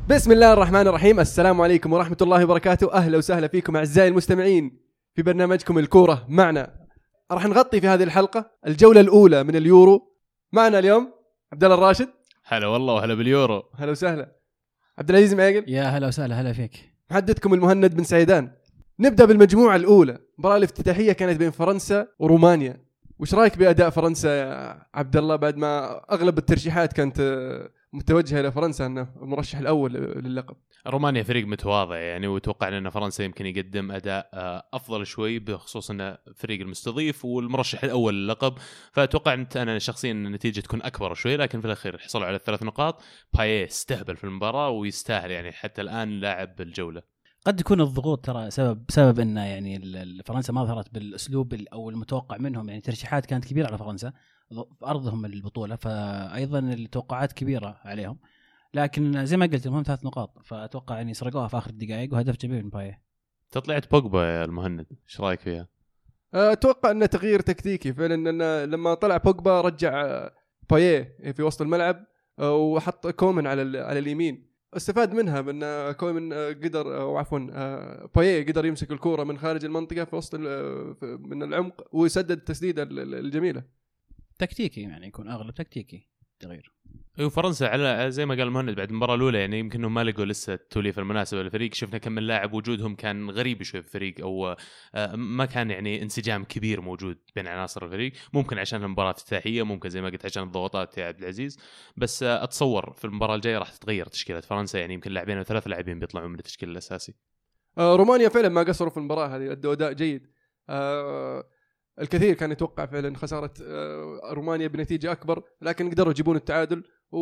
بسم الله الرحمن الرحيم. السلام عليكم ورحمة الله وبركاته. أهلا وسهلا فيكم أعزائي المستمعين في برنامجكم الكورة معنا. راح نغطي في هذه الحلقة الجولة الأولى من اليورو. معنا اليوم عبد الله الراشد. هلا والله وهلا باليورو. هلا وسهلا. عبد العزيز معاقل. يا هلا وسهلا. هلا فيك. محدثكم المهند بن سعيدان. نبدأ بالمجموعة الأولى. المباراة الافتتاحية كانت بين فرنسا ورومانيا. وش رأيك بأداء فرنسا يا عبد الله بعد ما أغلب الترشيحات كانت متوجهة إلى فرنسا أنه المرشح الأول للقب؟ رومانيا فريق متواضع يعني، وتوقع أن فرنسا يمكن يقدم أداء أفضل شوي بخصوص أنه فريق المستضيف والمرشح الأول للقب. فتوقعت أنا شخصيا أن النتيجة تكون أكبر شوي، لكن في الأخير حصلوا على 3 نقاط. بايه استهبل في المباراة ويستاهل يعني حتى الآن لاعب الجولة. قد يكون الضغوط ترى سبب انه يعني فرنسا ما ظهرت بالاسلوب او المتوقع منهم، يعني ترشيحات كانت كبيره على فرنسا في ارضهم البطوله، فايضا التوقعات كبيره عليهم، لكن زي ما قلت المهم 3 نقاط، فاتوقع يعني سرقوها في اخر الدقائق وهدف جميل من بايه. تطلعت بوجبا يا المهند، ايش رايك فيها؟ اتوقع انه تغيير تكتيكي فعلا، إن لما طلع بوجبا رجع بايه في وسط الملعب وحط كومن على اليمين، استفاد منها بأن كومن قدر أو عفوا بايه قدر يمسك الكرة من خارج المنطقة في وسط من العمق ويسدد التسديدة الجميلة. تكتيكي يعني يكون اغلب تكتيكي تغيير. فرنسا على زي ما قال المهند بعد المباراة الأولى يعني يمكن إنهم ما لقوا لسه التوليفة المناسبة للفريق. شفنا كم من لاعب وجودهم كان غريب شوي في الفريق، أو ما كان يعني انسجام كبير موجود بين عناصر الفريق. ممكن عشان المباراة افتتاحية، ممكن زي ما قلت عشان الضغوطات يا عبد العزيز. بس أتصور في المباراة الجاية راح تتغير تشكيلة فرنسا، يعني يمكن لاعبين أو 3 لاعبين بيطلعوا من التشكيل الأساسي. رومانيا فعلا ما قصروا في المباراة هذه، أدوا أداء جيد. الكثير كان يتوقع فعلا خسارة رومانيا بنتيجة أكبر، لكن قدروا يجيبون التعادل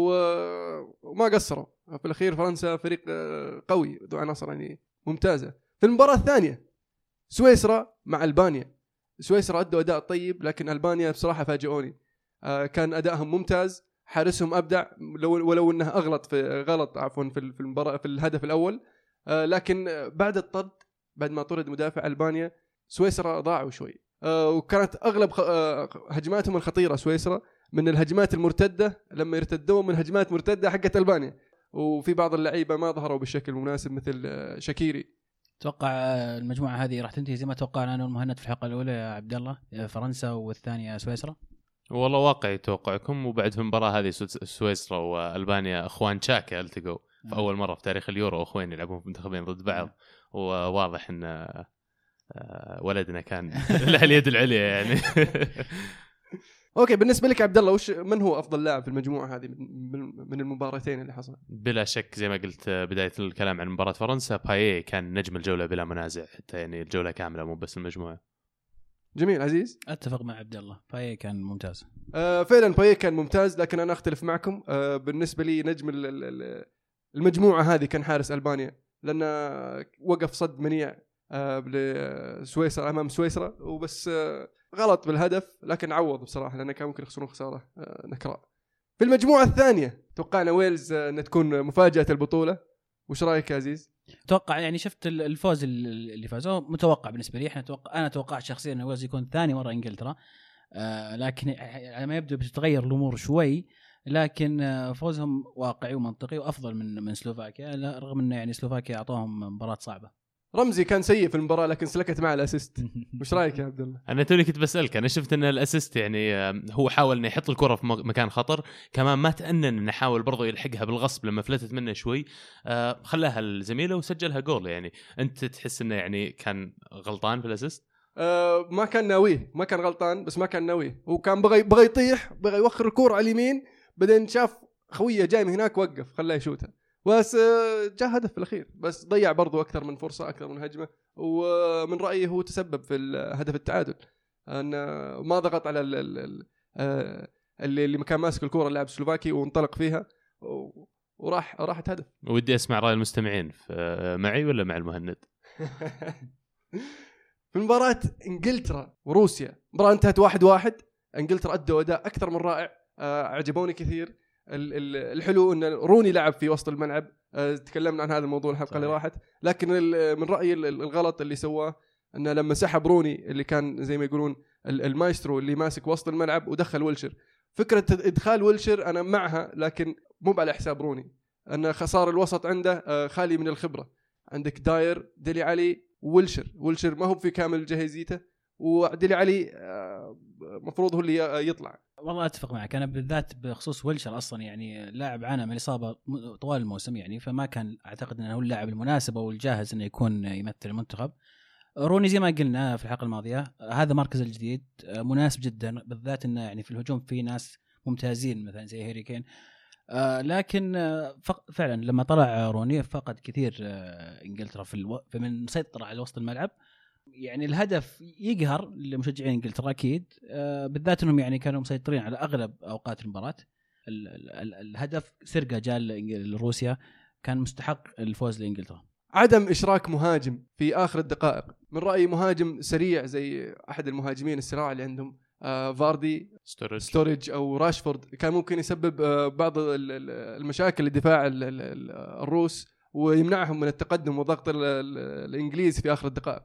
وما قصروا. في الأخير فرنسا فريق قوي ذو عناصر يعني ممتازة. في المباراة الثانية سويسرا مع ألبانيا. سويسرا أدوا أداء طيب، لكن ألبانيا بصراحة فاجئوني. كان أدائهم ممتاز، حارسهم أبدع ولو أنه غلط في المباراة في الهدف الأول. لكن بعد الطرد، بعد ما طرد مدافع ألبانيا، سويسرا ضاعوا شوي. وكانت أغلب هجماتهم الخطيرة سويسرا من الهجمات المرتدة، لما يرتدون من هجمات مرتدة حقت ألبانيا. وفي بعض اللعيبة ما ظهروا بالشكل المناسب مثل شاكيري. توقع المجموعة هذه راح تنتهي زي ما توقعنا أنا والمهند في الحلقة الأولى يا عبد الله، فرنسا والثانية سويسرا. والله واقعي توقعكم. وبعد في المباراة هذه سويسرا وألبانيا أخوان تشاكا التقوا في أول مرة في تاريخ اليورو، أخوين يلعبون في منتخبين ضد بعض. وواضح إن ولدنا كان له اليد العليا يعني. اوكي، بالنسبه لك عبد الله من هو افضل لاعب في المجموعه هذه من المباراتين اللي حصل؟ بلا شك زي ما قلت بدايه الكلام عن مباراه فرنسا، بايه كان نجم الجوله بلا منازع، حتى يعني الجوله كامله مو بس المجموعه. جميل عزيز. اتفق مع عبد الله، بايه كان ممتاز. فعلا بايه كان ممتاز، لكن انا اختلف معكم. بالنسبه لي نجم المجموعه هذه كان حارس ألبانيا، لانه وقف صد منيع لسويسرا امام سويسرا، وبس غلط بالهدف، لكن عوض بصراحه لانه كان ممكن يخسرون خساره نكراء. في المجموعه الثانيه توقعنا ويلز ان تكون مفاجاه البطوله. وش رايك يا عزيز؟ اتوقع يعني شفت الفوز اللي فازوه متوقع بالنسبه لي. انا توقعت شخصيا ان ويلز يكون ثاني مره انجلترا، لكن على ما يبدو بتتغير الامور شوي، لكن فوزهم واقعي ومنطقي وافضل من سلوفاكيا، رغم ان يعني سلوفاكيا اعطاهم مباراه صعبه. رمزي كان سيء في المباراة لكن سلكت معه الاسيست. وش رايك يا عبد الله؟ انا توني كنت بسالك، انا شفت ان الاسيست يعني هو حاول انه يحط الكره في مكان خطر، كمان ما تأنن انه حاول برضه يلحقها بالغصب لما فلتت منه شوي، خلاها الزميله وسجلها جول. يعني انت تحس انه يعني كان غلطان في الاسيست؟ ما كان ناويه، ما كان غلطان بس ما كان ناويه، وكان بغى يطيح، بغى يوخر الكرة على اليمين، بعدين شاف خويه جاي من هناك وقف خلاه يشوتها، بس جاء هدف في الأخير. بس ضيع برضو أكثر من فرصة، أكثر من هجمة، ومن رأيي هو تسبب في هدف التعادل، أن ما ضغط على اللي كان ماسك الكرة اللاعب السلوفاكي وانطلق فيها وراحت هدف. ودي أسمع رأي المستمعين معي ولا مع المهند؟ في مباراة إنجلترا وروسيا، مباراة انتهت 1-1. إنجلترا أدوا أداء أكثر من رائع، أعجبوني كثير. الحلو أن روني لعب في وسط الملعب، تكلمنا عن هذا الموضوع الحلقة اللي راحت، لكن من رأيي الغلط اللي سواه أنه لما سحب روني اللي كان زي ما يقولون المايسترو اللي ماسك وسط الملعب ودخل ويلشر. فكرة إدخال ويلشر أنا معها، لكن مو على حساب روني. أن صار الوسط عنده خالي من الخبرة. عندك داير، ديلي علي، ويلشر ما هو في كامل جاهزيته، وديلي علي مفروض هو اللي يطلع. والله اتفق معك انا بالذات بخصوص ويلشر، اصلا يعني لاعب عانى من الاصابه طوال الموسم يعني، فما كان اعتقد انه هو اللاعب المناسب او الجاهز انه يكون يمثل المنتخب. روني زي ما قلنا في الحلقه الماضيه هذا مركز الجديد مناسب جدا، بالذات انه يعني في الهجوم في ناس ممتازين مثلا زي هاري كين، لكن فعلا لما طلع روني فقد كثير انجلترا في من مسيطر على وسط الملعب. يعني الهدف يقهر لمشجعين انجلترا اكيد، بالذات انهم يعني كانوا مسيطرين على اغلب اوقات المباراه. الهدف سرقه جاء لروسيا، كان مستحق الفوز لانجلترا. عدم اشراك مهاجم في اخر الدقائق، من رايي مهاجم سريع زي احد المهاجمين السراع اللي عندهم فاردي، ستوريج او راشفورد، كان ممكن يسبب بعض المشاكل لدفاع الروس ويمنعهم من التقدم وضغط الانجليز في اخر الدقائق.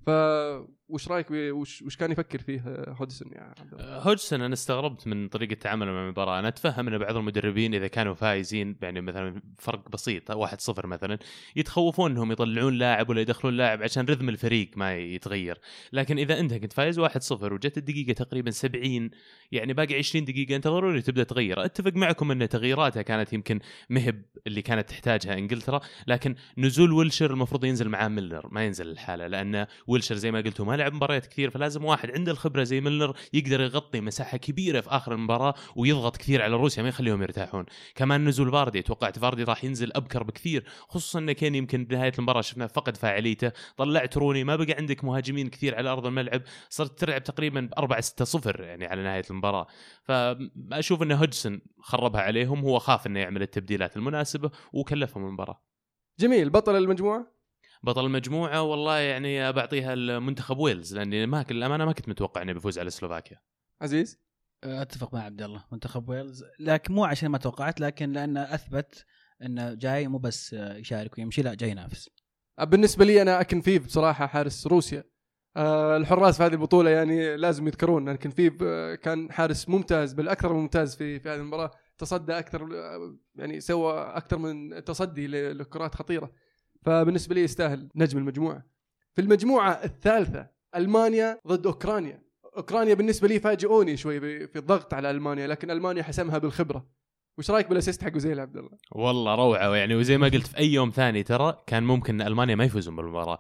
وش رايك وش كان يفكر فيه هودسون يا عبد الله؟ هودسون انا استغربت من طريقه تعامله مع المباراه. انا اتفهم ان بعض المدربين اذا كانوا فايزين يعني مثلا فرق بسيط 1-0 مثلا يتخوفون انهم يطلعون لاعب ولا يدخلون لاعب عشان رذم الفريق ما يتغير، لكن اذا انت كنت فايز 1-0 وجت الدقيقه تقريبا 70 يعني باقي 20 دقيقه انت ضروري تبدا تغير. اتفق معكم ان تغييراتها كانت يمكن مهب اللي كانت تحتاجها انجلترا، لكن نزول ويلشر المفروض ينزل معاه ميلنر، ما ينزل الحاله، لان ويلشر زي ما قلتوا ما لعب مباريات كثير، فلازم واحد عنده الخبره زي ميلنر يقدر يغطي مساحه كبيره في اخر المباراه ويضغط كثير على روسيا ما يخليهم يرتاحون. كمان نزول فاردي، توقعت فاردي راح ينزل ابكر بكثير، خصوصا انه كان يمكن بنهايه المباراه شفنا فقد فاعليته. طلعت روني، ما بقى عندك مهاجمين كثير على ارض الملعب، صرت تلعب تقريبا 4-6-0 يعني على نهايه المباراه. فاشوف ان هودسون خربها عليهم، هو خاف انه يعمل التبديلات المناسبه وكلفهم المباراه. جميل. بطل المجموعه بطل المجموعة والله يعني بعطيها المنتخب ويلز، لأني ما كنت متوقع إنه بيفوز على سلوفاكيا. عزيز اتفق مع عبد الله، منتخب ويلز، لكن مو عشان ما توقعت، لكن لأنه أثبت إنه جاي مو بس يشارك ويمشي، لا جاي ينافس. بالنسبة لي أنا أكنفيف بصراحة حارس روسيا. الحراس في هذه البطولة يعني لازم يذكرون، أكنفيف كان حارس ممتاز، بالأكثر ممتاز في هذه المباراة، تصدى أكثر، يعني سوى أكثر من تصدي لكرات خطيرة، فبالنسبة لي يستاهل نجم المجموعة. في المجموعة الثالثة ألمانيا ضد أوكرانيا بالنسبة لي فاجئوني شوي في الضغط على ألمانيا، لكن ألمانيا حسمها بالخبرة. وش رايك بالاسيست حق زي عبد الله؟ والله روعه يعني، وزي ما قلت في اي يوم ثاني ترى كان ممكن المانيا ما يفوزون بالمباراه.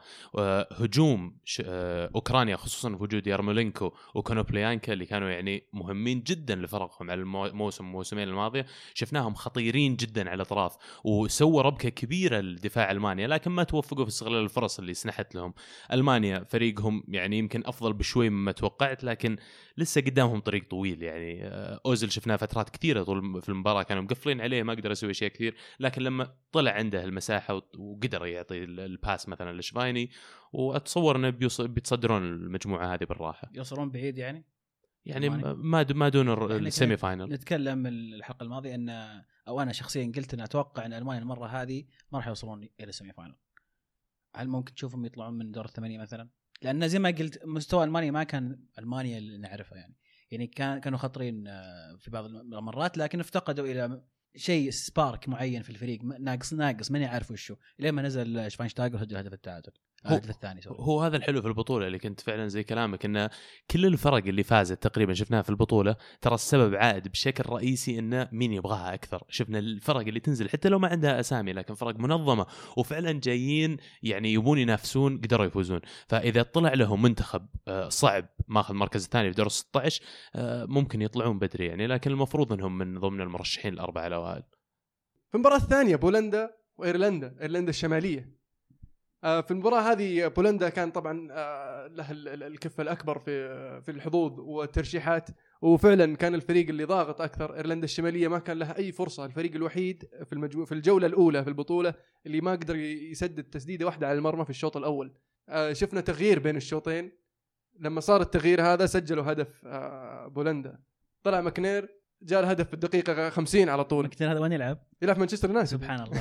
هجوم اوكرانيا خصوصا في وجود يارمولينكو وكونوبليانكا اللي كانوا يعني مهمين جدا لفرقهم على الموسمين الماضيه، شفناهم خطيرين جدا على الاطراف وسووا ربكه كبيره لدفاع المانيا، لكن ما توفقوا في استغلال الفرص اللي سنحت لهم. المانيا فريقهم يعني يمكن افضل بشوي مما توقعت، لكن لسه قدامهم طريق طويل. يعني اوزيل شفناه فترات كثيره طول في المباراه كانوا مقفلين عليه، ما قدر يسوي شيء كثير، لكن لما طلع عنده المساحه وقدر يعطي الباس مثلا لشفايني، واتصور انه بيتصدرون المجموعه هذه بالراحه. يوصلون بعيد يعني ما دون السيمي فاينل. نتكلم الحلقه الماضيه ان او انا شخصيا قلت ان اتوقع ان المانيا المره هذه ما راح يوصلون الى السيمي فاينل. هل ممكن تشوفهم يطلعون من دور الثمانيه مثلا؟ لان زي ما قلت مستوى المانيا ما كان المانيا اللي نعرفها يعني كانوا خطرين في بعض المرات، لكن افتقدوا الى شيء سبارك معين في الفريق، ناقص من يعرف وشو، لما نزل شفاينشتايجر وسجل هدف التعادل الهدف الثاني. هو هذا الحلو في البطوله اللي كنت فعلا زي كلامك، ان كل الفرق اللي فازت تقريبا شفناها في البطوله ترى السبب عائد بشكل رئيسي انه مين يبغاها اكثر. شفنا الفرق اللي تنزل حتى لو ما عندها اسامي لكن فرق منظمه وفعلا جايين يعني يبون ينافسون قدروا يفوزون. فاذا طلع لهم منتخب صعب ماخذ المركز الثاني في دور 16 ممكن يطلعون بدري يعني، لكن المفروض انهم من ضمن المرشحين الاربعه الاوائل. في المباراه الثانيه بولندا وايرلندا الشماليه. في المباراة هذه بولندا كان طبعا له الكفة الأكبر في الحظوظ والترشيحات، وفعلا كان الفريق اللي ضاغط أكثر. إيرلندا الشمالية ما كان لها أي فرصة، الفريق الوحيد في الجولة الأولى في البطولة اللي ما قدر يسدد تسديدة واحدة على المرمى في الشوط الأول. شفنا تغيير بين الشوطين، لما صار التغيير هذا سجلوا هدف بولندا، طلع ماكنير جاء الهدف في الدقيقة 50 على طول. ماكنير هذا وين يلعب في مانشستر يونايتد سبحان الله.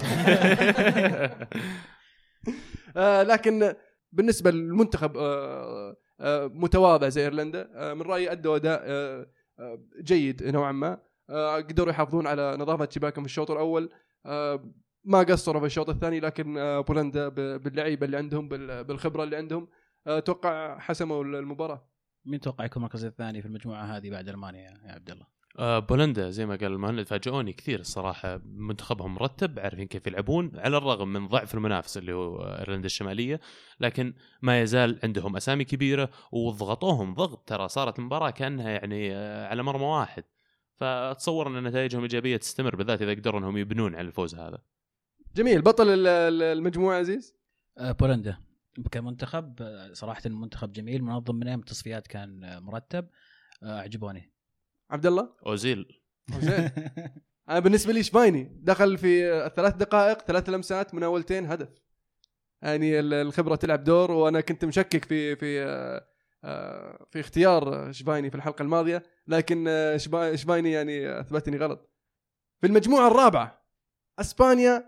لكن بالنسبة للمنتخب متواضع زي إيرلندا، من رأيي أدوا أداء جيد نوعا ما. قدروا يحافظون على نظافه شباكهم في الشوط الاول. ما قصروا في الشوط الثاني، لكن بولندا باللعيبه اللي عندهم بالخبره اللي عندهم اتوقع حسموا المباراه. مين توقع يكون المركز الثاني في المجموعه هذه بعد المانيا يا عبد الله؟ بولندا زي ما قال المهند فاجئوني كثير الصراحه. منتخبهم مرتب، عارفين كيف يلعبون على الرغم من ضعف المنافس اللي هو ايرلندا الشماليه، لكن ما يزال عندهم اسامي كبيره وضغطوهم ضغط. ترى صارت المباراه كانها يعني على مرمى واحد، فاتصور ان نتائجهم ايجابيه تستمر، بالذات اذا قدروا انهم يبنون على الفوز هذا. جميل. بطل المجموعه عزيز بولندا كمنتخب صراحه المنتخب جميل منظم، من التصفيات كان مرتب، عجبوني. عبد الله اوزيل انا بالنسبه لي شفايني دخل في 3 دقائق 3 لمسات مناولتين هدف، يعني الخبره تلعب دور. وانا كنت مشكك في اختيار شفايني في الحلقه الماضيه، لكن شفايني يعني اثبتني غلط. في المجموعه الرابعه اسبانيا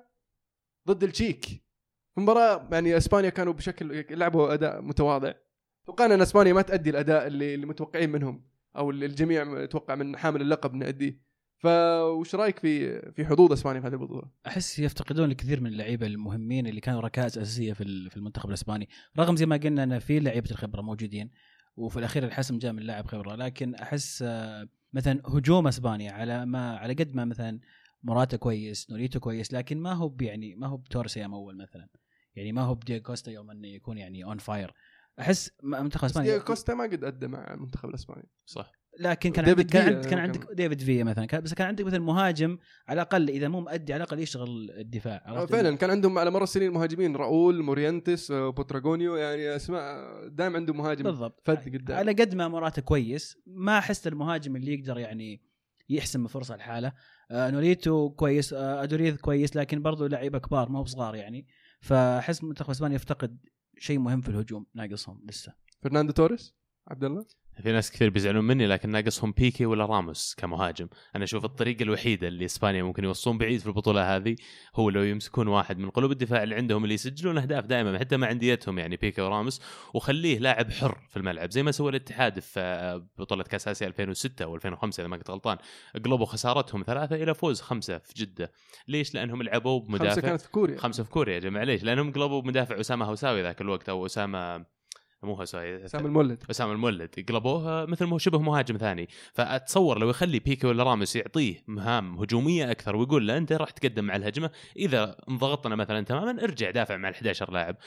ضد التشيك، في مباراه يعني اسبانيا كانوا بشكل لعبوا اداء متواضع. توقعنا ان اسبانيا ما تؤدي الاداء اللي متوقعين منهم او اللي الجميع متوقع من حامل اللقب نأديه. فوش رايك في حظوظ اسبانيا في هذه البطوله؟ احس يفتقدون الكثير من اللعيبه المهمين اللي كانوا ركائز اساسيه في المنتخب الاسباني، رغم زي ما قلنا ان في لعيبه الخبره موجودين وفي الاخير الحسم جاء من لاعب خبره، لكن احس مثلا هجوم اسبانيا على قد ما مثلا موراتا كويس، نوريتو كويس، لكن ما هو يعني ما هو بتورس يوم اول مثلا، يعني ما هو بدي كوستا يوم انه يكون يعني اون فاير. احس منتخب اسبانيا كوستا ما قد ادى مع المنتخب الاسباني صح، لكن كان عندك ديفيد فيا مثلا، بس كان عندك مثلا مهاجم على الاقل اذا مو مؤدي على الاقل يشتغل الدفاع. فعلا كان عندهم على مر السنين مهاجمين، راؤول، مورينتس، بوتراغونيو، يعني اسماء دائما عندهم مهاجم بالضبط فذ قدام. على قد ما موراتا كويس ما احس المهاجم اللي يقدر يعني يحسم فرصه الحاله. نوريتو كويس، ادوريث كويس، لكن برضو لعيبه كبار ما هو صغار يعني. فاحس منتخب اسبانيا يفتقد شيء مهم في الهجوم، ناقصهم لسه. فرناندو توريس عبد الله. في ناس كثير بيزعلون مني، لكن ناقصهم بيكي ولا راموس كمهاجم. انا اشوف الطريقه الوحيده اللي اسبانيا ممكن يوصلون بعيد في البطوله هذه هو لو يمسكون واحد من قلوب الدفاع اللي عندهم اللي يسجلون اهداف دائما حتى مع انديتهم، يعني بيكي وراموس، وخليه لاعب حر في الملعب زي ما سوى الاتحاد في بطوله كاس اسيا 2006 و 2005 اذا ما كنت غلطان. قلبوا خسارتهم 3 الى فوز 5 في جده. ليش؟ لانهم لعبوا بمدافع 5 كانت في كوريا. 5 في كوريا يا جماعه. ليش؟ لانهم قلبوا بمدافع اسامه هوساوي ذاك الوقت، او اسامه مو هوساوي، اسامه المولد قلبوه مثل ما شبه مهاجم ثاني. فاتصور لو يخلي بيكي ولا راموس يعطيه مهام هجوميه اكثر ويقول له انت راح تقدم مع الهجمه، اذا انضغطنا مثلا تماما ارجع دافع مع ال11 لاعب،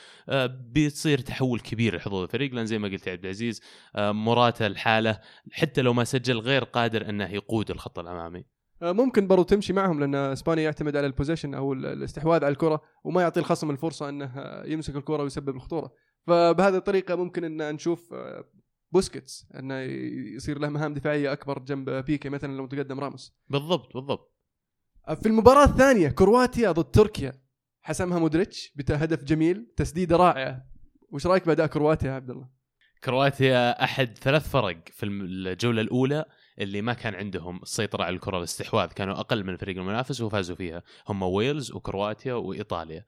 بيصير تحول كبير لحظوظ الفريق. لان زي ما قلت يا عبد العزيز موراتا الحاله حتى لو ما سجل غير قادر انه يقود الخط الامامي. ممكن برضو تمشي معهم، لان اسبانيا يعتمد على البوزيشن او الاستحواذ على الكره وما يعطي الخصم الفرصه انه يمسك الكره ويسبب الخطوره. فبهذه الطريقه ممكن ان نشوف بوسكيتس انه يصير له مهام دفاعيه اكبر جنب بيكي مثلا لو تقدم راموس. بالضبط. في المباراه الثانيه كرواتيا ضد تركيا حسمها مودريتش بهدف جميل، تسديده رائعه. وش رايك باداء كرواتيا يا عبد الله؟ كرواتيا احد 3 فرق في الجوله الاولى اللي ما كان عندهم السيطره على الكره، الاستحواذ كانوا اقل من الفريق المنافس وفازوا فيها، هم ويلز وكرواتيا وايطاليا.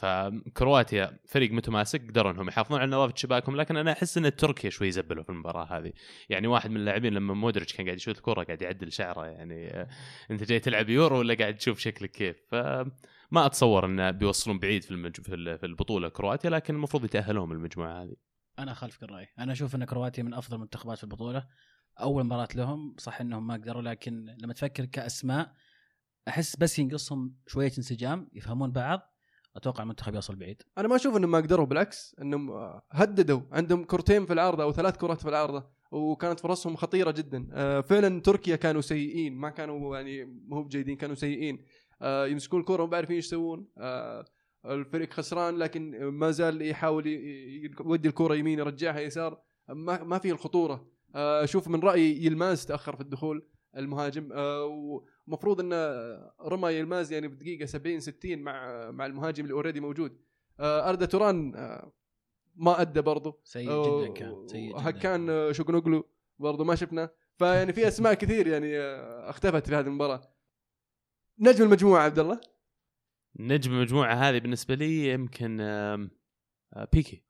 فكرواتيا فريق متماسك، قدروا انهم يحافظون على نظافه شباكهم، لكن انا احس ان تركيا شوي زبلوا في المباراه هذه. يعني واحد من اللاعبين لما مودريتش كان قاعد يشوت الكره قاعد يعدل شعره، يعني انت جاي تلعب يورو ولا قاعد تشوف شكلك كيف؟ فما اتصور ان بيوصلون بعيد في البطوله كرواتيا، لكن المفروض يتاهلون المجموعه هذه. انا خالفك الراي، انا اشوف ان كرواتيا من افضل المنتخبات في البطوله. اول مباراه لهم صح انهم ما قدروا، لكن لما تفكر كاسماء احس بس ينقصهم شويه انسجام، يفهمون بعض، اتوقع المنتخب يوصل بعيد. انا ما اشوف انهم ما قدروا، بالعكس انهم هددوا، عندهم كرتين في العارضه او 3 كرات في العارضه وكانت فرصهم خطيره جدا. فعلا تركيا كانوا سيئين، ما كانوا يعني مو بجيدين، كانوا سيئين. يمسكون الكره وما عارفين ايش يسوون. الفريق خسران لكن ما زال يحاول يودي الكره يمين يرجعها يسار، ما في الخطوره. اشوف من رايي يلماز تاخر في الدخول المهاجم، ومفروض ان رمى يلماز يعني بدقيقه 70-60 مع المهاجم اللي اوريدي موجود. أردا توران ما ادى برضه، سيء جدا كان سيء جدا. كان شوغنوغلو برضه ما شفنا. فيعني في اسماء كثير يعني اختفت في هذه المباراه. نجم المجموعه عبد الله. نجم المجموعه هذه بالنسبه لي يمكن بيكي.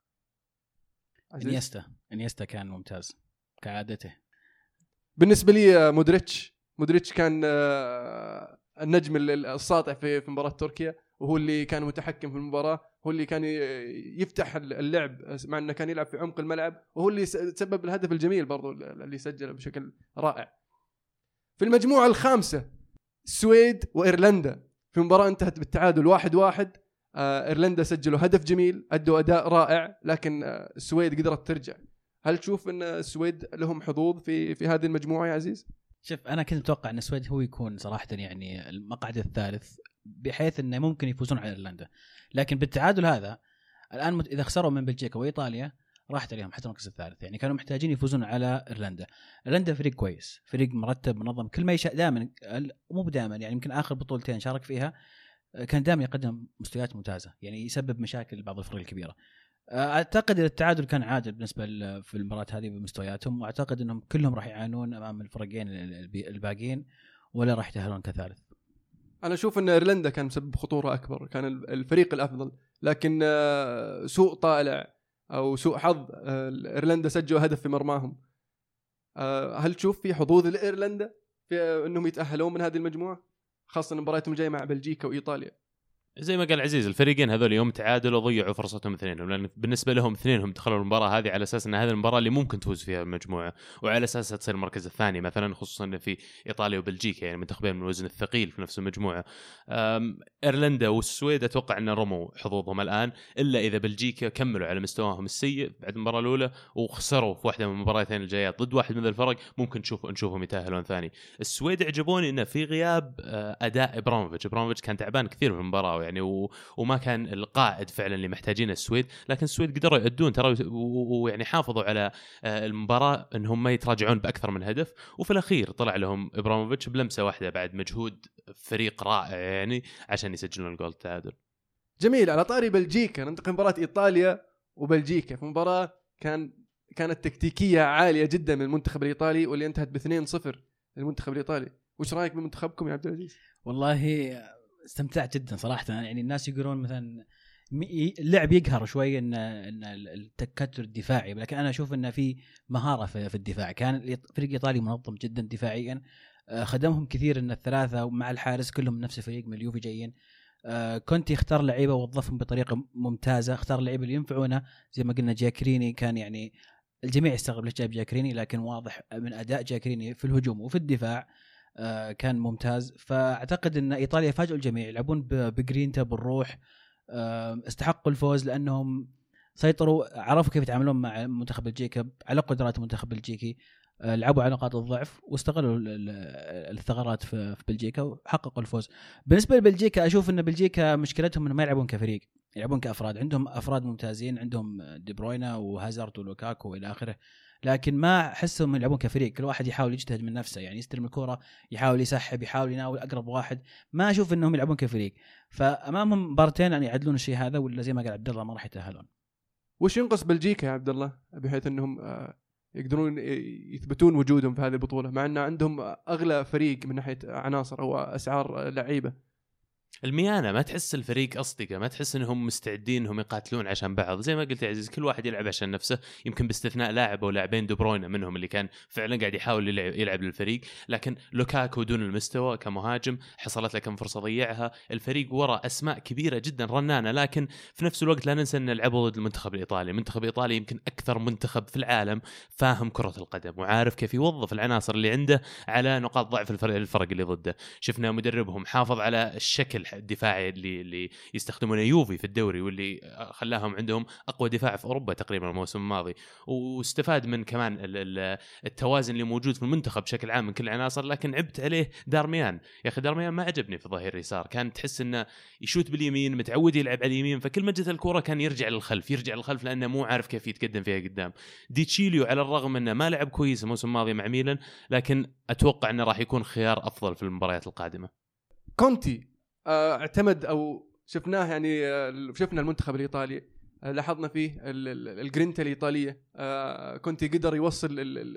انيستا كان ممتاز كعادته. بالنسبه لي مودريتش مودريتش كان النجم الساطع في مباراة تركيا، وهو اللي كان متحكم في المباراة، هو اللي كان يفتح اللعب مع انه كان يلعب في عمق الملعب، وهو اللي تسبب الهدف الجميل برضو اللي سجله بشكل رائع. في المجموعة الخامسة السويد وإيرلندا في مباراة انتهت بالتعادل 1-1. إيرلندا سجلوا هدف جميل، أدوا أداء رائع، لكن السويد قدرت ترجع. هل تشوف أن السويد لهم حظوظ في هذه المجموعة يا عزيز؟ شوف أنا كنت أتوقع أن السويد هو يكون صراحة يعني المقعد الثالث، بحيث أنه ممكن يفوزون على إيرلندا، لكن بالتعادل هذا الآن إذا خسروا من بلجيكا وإيطاليا راحت عليهم حتى المركز الثالث. يعني كانوا محتاجين يفوزون على إيرلندا. إيرلندا فريق كويس، فريق مرتب منظم، كل ما يشاء دائما، مو دائما يعني يمكن آخر بطولتين شارك فيها كان دائما يقدم مستويات ممتازة، يعني يسبب مشاكل بعض الفرق الكبيرة. أعتقد التعادل كان عادل بالنسبة في المباراة هذه بمستوياتهم، وأعتقد أنهم كلهم راح يعانون أمام الفريقين الباقيين ولا راح يتأهلون كثالث. أنا أشوف أن إيرلندا كان مسبب خطورة أكبر، كان الفريق الأفضل، لكن سوء طالع أو سوء حظ إيرلندا سجلوا هدف في مرماهم. هل تشوف في حظوظ لإيرلندا في أنهم يتأهلون من هذه المجموعة، خاصة مباراتهم جاية مع بلجيكا وإيطاليا؟ زي ما قال عزيز، الفريقين هذول يوم تعادلوا ضيعوا فرصتهم اثنينهم، لأن بالنسبة لهم اثنينهم دخلوا المباراة هذه على أساس أن هذه المباراة اللي ممكن تفوز فيها المجموعة، وعلى أساس تصير المركز الثاني مثلا، خصوصا في إيطاليا وبلجيكا يعني منتخبين من الوزن الثقيل في نفس المجموعة. إيرلندا والسويد أتوقع أن رموا حظوظهم الآن، إلا إذا بلجيكا كملوا على مستواهم السيء بعد المباراة الأولى وخسروا في واحدة من المباراتين الجايات ضد واحد من الفرق، ممكن نشوفهم يتأهلون ثاني. السويد عجبوني إنه في غياب أداء إبراموفيتش كان تعبان كثير في المباراة يعني وما كان القائد فعلا اللي محتاجين السويد، لكن السويد قدروا يؤدون ترى، ويعني حافظوا على المباراة انهم ما يتراجعون باكثر من هدف، وفي الاخير طلع لهم ابراموفيتش بلمسه واحده بعد مجهود فريق رائع يعني عشان يسجلون الجول التعادل. جميل. على طاري بلجيكا ننتقل مباراة ايطاليا وبلجيكا، في مباراة كانت تكتيكية عالية جدا من المنتخب الايطالي، واللي انتهت ب2-0 للمنتخب الايطالي. وش رايك بمنتخبكم يا عبد العزيز؟ والله استمتعت جدا صراحة. يعني الناس يقولون مثلا اللعب يقهر شوي ان التكتل الدفاعي، لكن انا اشوف ان في مهارة في الدفاع. كان فريق ايطالي منظم جدا دفاعيا، خدمهم كثير ان الثلاثة مع الحارس كلهم نفس الفريق من اليوفي جايين. كنت يختار لعيبة ووظفهم بطريقة ممتازة، اختار لعيبة اللي ينفعونه زي ما قلنا. جاكريني كان يعني الجميع يستغرب ليش جايب جاكريني، لكن واضح من اداء جاكريني في الهجوم وفي الدفاع كان ممتاز. فاعتقد ان ايطاليا فاجئوا الجميع، يلعبون بجرينتا بالروح، استحقوا الفوز لانهم سيطروا، عرفوا كيف يتعاملون مع منتخب بلجيكا على قدرات المنتخب البلجيكي، لعبوا على نقاط الضعف واستغلوا الثغرات في بلجيكا وحققوا الفوز. بالنسبه لبلجيكا اشوف ان بلجيكا مشكلتهم انهم ما يلعبون كفريق، يلعبون كافراد. عندهم افراد ممتازين، عندهم دي بروينا وهازارد ولوكاكو الى اخره، لكن ما احسهم يلعبون كفريق. كل واحد يحاول يجتهد من نفسه، يعني يستلم الكرة يحاول يسحب، يحاول يناول اقرب واحد. ما اشوف انهم يلعبون كفريق، فامامهم مبارتين ان يعدلون الشيء هذا، ولا زي ما قال عبد الله ما راح يتأهلون. وش ينقص بلجيكا يا عبد الله بحيث انهم يقدرون يثبتون وجودهم في هذه البطولة، مع ان عندهم اغلى فريق من ناحية عناصر او اسعار لعيبة؟ الميانة ما تحس الفريق أصدقاء، ما تحس إنهم مستعدين إنهم يقاتلون عشان بعض. زي ما قلت يا عزيز، كل واحد يلعب عشان نفسه، يمكن باستثناء لاعب أو لاعبين دي بروينا منهم اللي كان فعلا قاعد يحاول يلعب للفريق، لكن لوكاكو دون المستوى كمهاجم، حصلت له كم فرصة ضيعها. الفريق وراء أسماء كبيرة جدا رنانة، لكن في نفس الوقت لا ننسى أن لعبوا ضد المنتخب الإيطالي. المنتخب الإيطالي يمكن أكثر منتخب في العالم فاهم كرة القدم وعارف كيف يوظف العناصر اللي عنده على نقاط ضعف الفرق اللي ضده. شفنا مدربهم حافظ على الشكل الدفاعي اللي يستخدمونه يوفي في الدوري، واللي خلاهم عندهم أقوى دفاع في أوروبا تقريبا الموسم الماضي، واستفاد من كمان التوازن اللي موجود في المنتخب بشكل عام من كل العناصر. لكن عبت عليه دارميان، يا أخي دارميان ما عجبني في ظهير يسار، كان تحس إنه يشوت باليمين، متعود يلعب على اليمين، فكل ما جت الكرة كان يرجع للخلف لأنه مو عارف كيف يتقدم فيها قدام. ديتشيليو على الرغم إنه ما لعب كويس الموسم الماضي مع ميلان، لكن أتوقع إنه راح يكون خيار أفضل في المباريات القادمة. كونتي اعتمد او شفناه، يعني شفنا المنتخب الايطالي لاحظنا فيه الجرينتا الايطاليه. كونتي قدر يوصل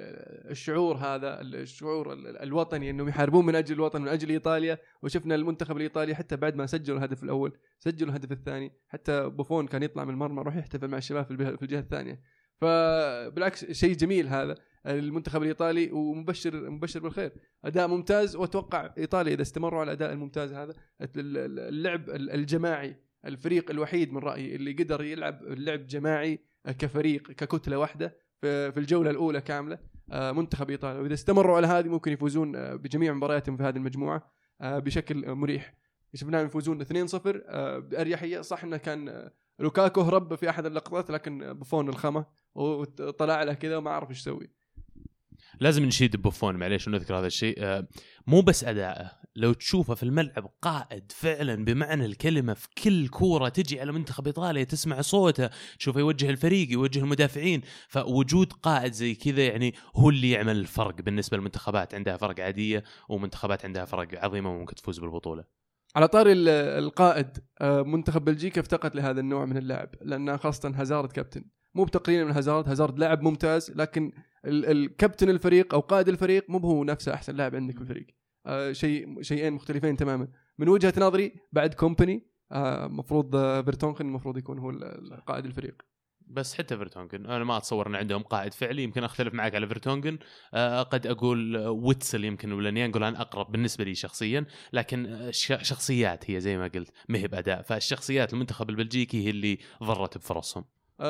الشعور هذا، الشعور الوطني، انهم يحاربون من اجل الوطن من اجل ايطاليا. وشفنا المنتخب الايطالي حتى بعد ما سجلوا الهدف الاول سجلوا الهدف الثاني، حتى بوفون كان يطلع من المرمى يروح يحتفل مع الشباب في الجهه الثانيه. فبالعكس شيء جميل هذا المنتخب الإيطالي، ومبشر بالخير. أداء ممتاز، وأتوقع إيطاليا إذا استمروا على الأداء الممتاز هذا، اللعب الجماعي، الفريق الوحيد من رأيي اللي قدر يلعب اللعب جماعي كفريق ككتلة واحدة في الجولة الأولى كاملة، منتخب إيطاليا. وإذا استمروا على هذه ممكن يفوزون بجميع مبارياتهم في هذه المجموعة بشكل مريح. شفناهم يفوزون 2-0 بأريحية. صح إنه كان لوكاكو هرب في أحد اللقطات، لكن بوفون الخمة وطلع على كذا وما عرف إيش يسوي. لازم نشيد بوفون، معليش ونذكر هذا الشيء. مو بس أداءه، لو تشوفه في الملعب قائد فعلا بمعنى الكلمة. في كل كورة تجي على منتخب إيطاليا تسمع صوته، تشوفه يوجه الفريق، يوجه المدافعين. فوجود قائد زي كذا يعني هو اللي يعمل الفرق بالنسبة للمنتخبات. عندها فرق عادية ومنتخبات عندها فرق عظيمة وممكن تفوز بالبطولة. على طاري القائد، منتخب بلجيكا افتقد لهذا النوع من اللاعب، لأن خاصة هازارد كابتن. مو بتقليل من هازارد لاعب ممتاز، لكن الكابتن الفريق أو قائد الفريق مو هو نفسه أحسن لاعب عندك في الفريق. شيئين مختلفين تماما من وجهة نظري. بعد كومباني مفروض فيرتونغن المفروض يكون هو قائد الفريق. بس حتى فيرتونغن أنا ما أتصور أن عندهم قائد فعلي. يمكن أختلف معك على فيرتونغن. قد أقول ويتسل يمكن ولا نيانجولان أقرب بالنسبة لي شخصيا، لكن شخصيات هي زي ما قلت مهب أداء. فالشخصيات المنتخب البلجيكي هي اللي ضرت بفرصهم.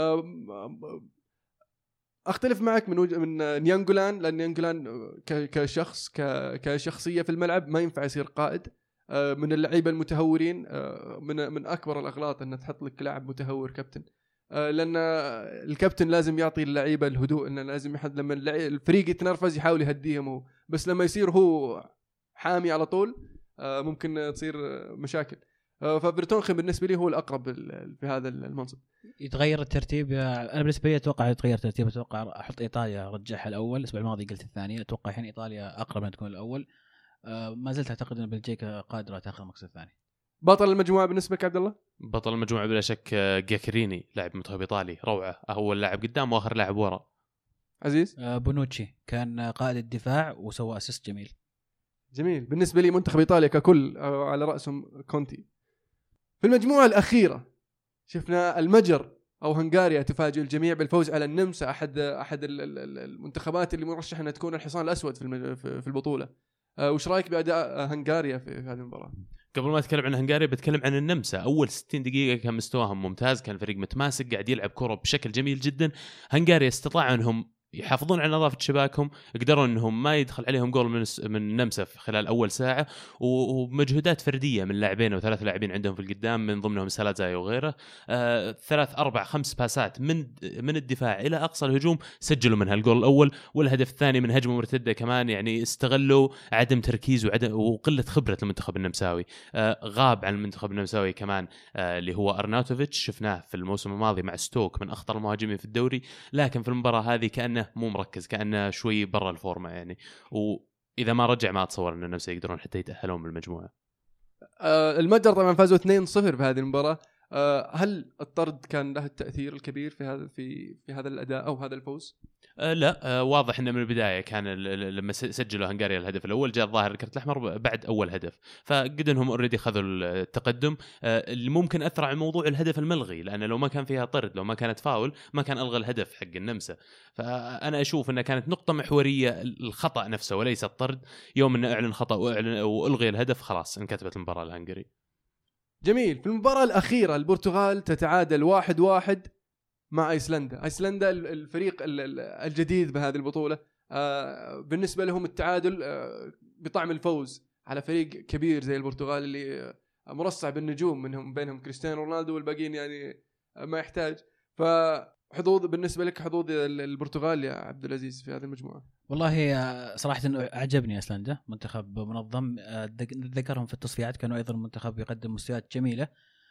اختلف معك من نيانجولان، لان نيانجولان كشخص كشخصيه في الملعب ما ينفع يصير قائد. من اللعيبه المتهورين، من اكبر الاغلاط ان تحط لك لاعب متهور كابتن، لان الكابتن لازم يعطي اللعيبه الهدوء، انه لازم لما الفريق يتنرفز يحاول يهديهم هو، بس لما يصير هو حامي على طول ممكن تصير مشاكل. فبرتونخن بالنسبه لي هو الاقرب في هذا المنصب. يتغير الترتيب؟ انا بالنسبه لي اتوقع يتغير الترتيب. اتوقع احط ايطاليا رجعها الاول، الاسبوع الماضي قلت الثاني، اتوقع الحين ايطاليا اقرب ان تكون الاول. ما زلت اعتقد ان بلجيكا قادره تاخذ المركز الثاني. بطل المجموعه بالنسبه لك عبد الله؟ بطل المجموعه بلا شك جاكريني، لاعب منتخب ايطالي روعه. اول لاعب قدام واخر لاعب ورا. عزيز؟ بونوتشي كان قائد الدفاع وسوى اسيست جميل. بالنسبه لي منتخب ايطاليا ككل على راسهم كونتي. في المجموعه الاخيره شفنا المجر او هنغاريا تفاجئ الجميع بالفوز على النمسا، احد المنتخبات اللي مرشح انها تكون الحصان الاسود في البطوله. وش رايك باداء هنغاريا في هذه المباراه؟ قبل ما اتكلم عن هنغاريا بتكلم عن النمسا. اول 60 دقيقه كان مستواهم ممتاز، كان الفريق متماسك قاعد يلعب كره بشكل جميل جدا. هنغاريا استطاعوا انهم يحافظون على نظافه شباكهم، قدروا انهم ما يدخل عليهم جول من النمسا في خلال اول ساعه، ومجهودات فرديه من لاعبين وثلاث لاعبين عندهم في القدام، من ضمنهم سالازاي وغيره. 3 4 5 باسات من الدفاع الى اقصى الهجوم سجلوا منها الجول الاول، والهدف الثاني من هجمه مرتده كمان. يعني استغلوا عدم تركيز وقله خبره المنتخب النمساوي. غاب عن المنتخب النمساوي كمان اللي هو ارناوتوفيتش، شفناه في الموسم الماضي مع ستوك من اخطر المهاجمين في الدوري، لكن في المباراه هذه كانه مو مركز، كأنه شوي برا الفورمة يعني. وإذا ما رجع ما أتصور أن النمسا يقدرون حتى يتأهلون بالمجموعة. المجر طبعا فازوا 2-0 في هذه المباراة. هل الطرد كان له التأثير الكبير في هذا الأداء أو هذا الفوز؟ لا، واضح انه من البدايه كان لما سجلوا هنغاريا الهدف الاول جاء الظاهر الكرت الاحمر بعد اول هدف، فقد انهم اوريدي خذوا التقدم. اللي ممكن اثر على موضوع الهدف الملغي، لانه لو ما كان فيها طرد، لو ما كانت فاول، ما كان الغى الهدف حق النمسا. فانا اشوف انها كانت نقطه محوريه الخطا نفسه وليس الطرد. يوم انه اعلن خطا والغي الهدف خلاص انكتبت المباراه الهنغاري. جميل. في المباراه الاخيره البرتغال تتعادل 1-1 مع ايسلندا الفريق الجديد بهذه البطوله. بالنسبه لهم التعادل بطعم الفوز على فريق كبير زي البرتغال اللي مرصع بالنجوم، بينهم كريستيانو رونالدو والباقيين يعني ما يحتاج. فحظوظ بالنسبه لك، حظوظ البرتغال يا عبد العزيز في هذه المجموعه؟ والله صراحه اعجبني ايسلندا، منتخب منظم. ذكرهم في التصفيات كانوا ايضا منتخب يقدم مستويات جميله.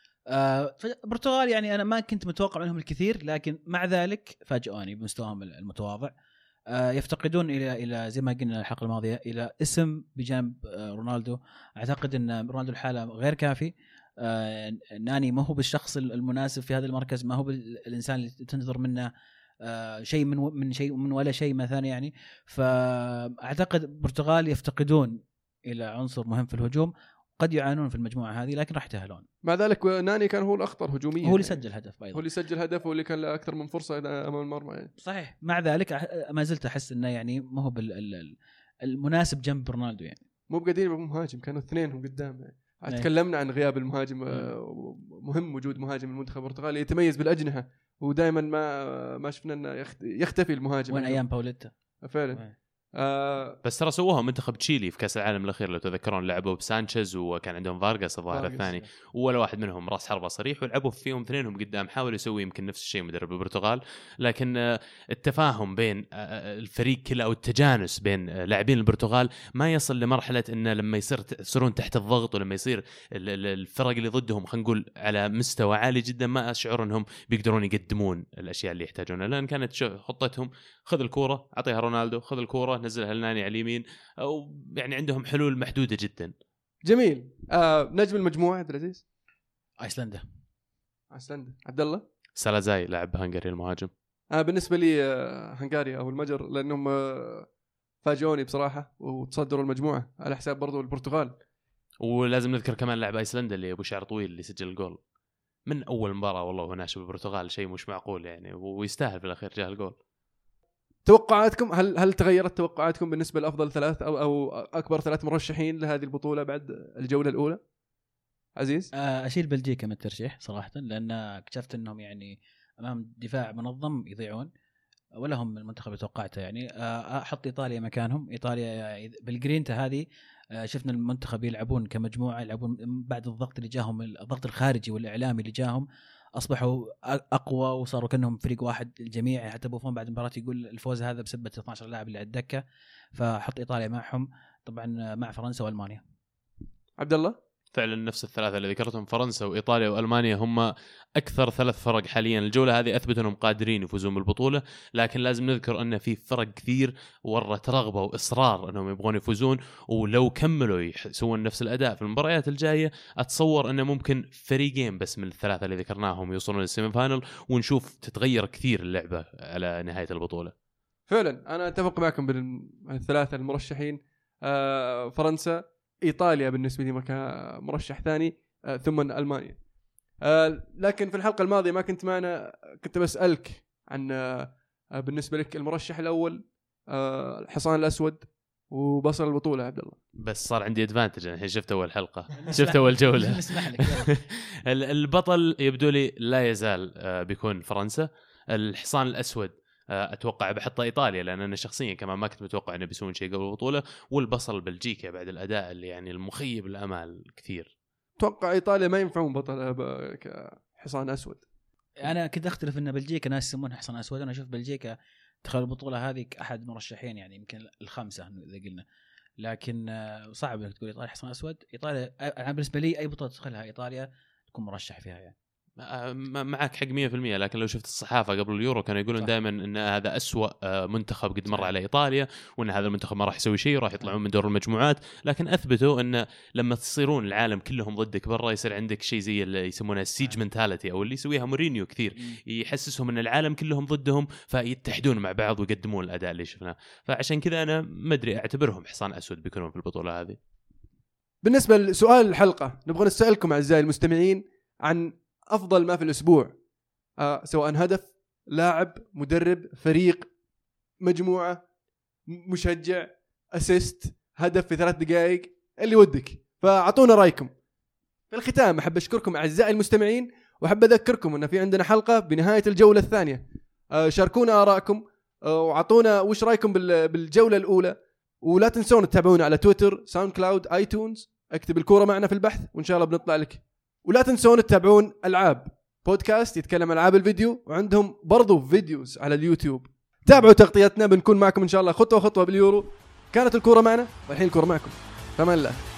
البرتغال يعني انا ما كنت متوقع منهم الكثير، لكن مع ذلك فاجئوني بمستواهم المتواضع. يفتقدون الى زي ما قلنا الحلقه الماضيه الى اسم بجانب رونالدو. اعتقد ان رونالدو الحاله غير كافي. ناني ما هو بالشخص المناسب في هذا المركز، ما هو الانسان اللي تنتظر منه شيء من ولا شيء مثلا يعني. فاعتقد البرتغال يفتقدون الى عنصر مهم في الهجوم. قد يعانون في المجموعه هذه لكن راح يتاهلون. مع ذلك ناني كان هو الاخطر هجوميا، هو اللي سجل هدف ايضا، هو اللي سجل هدف واللي كان له اكثر من فرصه امام المرمى يعني. صحيح. مع ذلك ما زلت احس انه يعني ما هو المناسب جنب رونالدو يعني. مو بقادرين بمهاجم، كانوا اثنين هم قدام يعني. تكلمنا عن غياب المهاجم، مهم وجود مهاجم المنتخب البرتغالي يتميز بالاجنحه، ودائما ما شفنا انه يختفي المهاجم. وين ايام باوليتا فعلا. بس ترى سووها منتخب تشيلي في كاس العالم الاخير لو تذكرون، لعبوا بسانشيز وكان عندهم فارغاس الظاهر الثاني، ولا واحد منهم راس حربة صريح، ولعبوا فيهم اثنينهم قدام. حاول يسوي يمكن نفس الشيء مدرب البرتغال، لكن التفاهم بين الفريق كله او التجانس بين لاعبين البرتغال ما يصل لمرحله انه لما يصيرون تحت الضغط، ولما يصير الفرق اللي ضدهم خلينا نقول على مستوى عالي جدا، ما اشعر انهم بيقدرون يقدمون الاشياء اللي يحتاجونها، لان كانت خطتهم خذ الكوره اعطيها رونالدو، خذ الكوره نزلها لناني على اليمين، او يعني عندهم حلول محدوده جدا. جميل. نجم المجموعه عبد العزيز. ايسلندا عبد الله. سالازاي لاعب هنغاري المهاجم. بالنسبه لي هنغاريا او المجر، لانهم فاجئوني بصراحه وتصدروا المجموعه على حساب برضو البرتغال. ولازم نذكر كمان لاعب ايسلندا اللي ابو شعر طويل اللي سجل الجول من اول مباراه، والله هو ناشب البرتغال، شيء مش معقول يعني، ويستاهل في الاخير جاه الجول. توقعاتكم، هل تغيرت توقعاتكم بالنسبه لافضل ثلاث او اكبر ثلاث مرشحين لهذه البطوله بعد الجوله الاولى؟ عزيز. اشيل بلجيكا من الترشيح صراحه، لان اكتشفت انهم يعني امام دفاع منظم يضيعون، ولا هم المنتخب توقعته يعني. احط ايطاليا مكانهم. ايطاليا بالجرينتا هذه شفنا المنتخب يلعبون كمجموعه، يلعبون بعد الضغط اللي جاهم، الضغط الخارجي والاعلامي اللي جاهم، اصبحوا اقوى وصاروا كانهم فريق واحد الجميع. حتى بوفون بعد المباراه يقول الفوز هذا بسبه 12 لاعب اللي على الدكه. فحط ايطاليا معهم، طبعا مع فرنسا والمانيا. عبد الله. فعلا نفس الثلاثه اللي ذكرتهم، فرنسا وايطاليا والمانيا هم اكثر ثلاث فرق حاليا الجوله هذه اثبتوا انهم قادرين يفوزون بالبطوله، لكن لازم نذكر ان في فرق كثير ورت رغبه واصرار انهم يبغون يفوزون، ولو كملوا يسوون نفس الاداء في المباريات الجايه اتصور انه ممكن فريقين بس من الثلاثه اللي ذكرناهم يوصلون للسيمي فاينل، ونشوف تتغير كثير اللعبه على نهايه البطوله. فعلا انا اتفق معكم بالثلاثه المرشحين. فرنسا، ايطاليا بالنسبه لي كمرشح ثاني، ثم المانيا. لكن في الحلقه الماضيه ما كنت معنا، كنت بسالك عن بالنسبه لك المرشح الاول الحصان الاسود وبصل البطوله عبد الله. بس صار عندي ادفانتج، انا شفت اول حلقه شفت اول جوله. البطل يبدو لي لا يزال بيكون فرنسا. الحصان الاسود اتوقع بحطه ايطاليا، لان انا شخصيا كمان ما كنت متوقع انه بيسوون شيء قبل البطوله. والبصل بلجيكا بعد الاداء اللي يعني المخيب الامال كثير. اتوقع ايطاليا ما ينفعون بطل كحصان اسود. انا كنت اختلف ان بلجيكا ناس يسمونها حصان اسود، انا اشوف بلجيكا تدخل البطوله هذه احد مرشحين يعني يمكن الخمسه اذا قلنا، لكن صعب انك تقول ايطاليا حصان اسود. ايطاليا انا بالنسبه لي اي بطوله تدخلها ايطاليا تكون مرشح فيها يعني. معك حق 100%، لكن لو شفت الصحافة قبل اليورو كانوا يقولون دائما ان هذا أسوأ منتخب قد مر على إيطاليا، وان هذا المنتخب ما راح يسوي شيء وراح يطلعون من دور المجموعات. لكن اثبتوا ان لما تصيرون العالم كلهم ضدك برا يصير عندك شيء زي اللي يسمونه السيج منتاليتي، او اللي يسويها مورينيو كثير، يحسسهم ان العالم كلهم ضدهم فيتحدون مع بعض ويقدمون الأداء اللي شفناه. فعشان كذا انا ما ادري اعتبرهم حصان أسود بيكونون في البطولة هذه. بالنسبة لسؤال الحلقة، نبغى نسألكم أعزائي المستمعين عن أفضل ما في الأسبوع، سواء هدف، لاعب، مدرب، فريق، مجموعة، مشجع، أسيست، هدف في 3 دقائق، اللي ودك. فأعطونا رأيكم. في الختام أحب أشكركم أعزائي المستمعين، وأحب أذكركم أن في عندنا حلقة بنهاية الجولة الثانية. شاركونا آراءكم وأعطونا وش رأيكم بالجولة الأولى، ولا تنسون تتابعونا على تويتر، ساوند كلاود، آيتونز. اكتب الكورة معنا في البحث وإن شاء الله بنطلع لك. ولا تنسون تتابعون ألعاب بودكاست يتكلم عن ألعاب الفيديو، وعندهم برضو فيديوز على اليوتيوب. تابعوا تغطيتنا، بنكون معكم إن شاء الله خطوة خطوة باليورو. كانت الكورة معنا والحين الكورة معكم. فمان الله.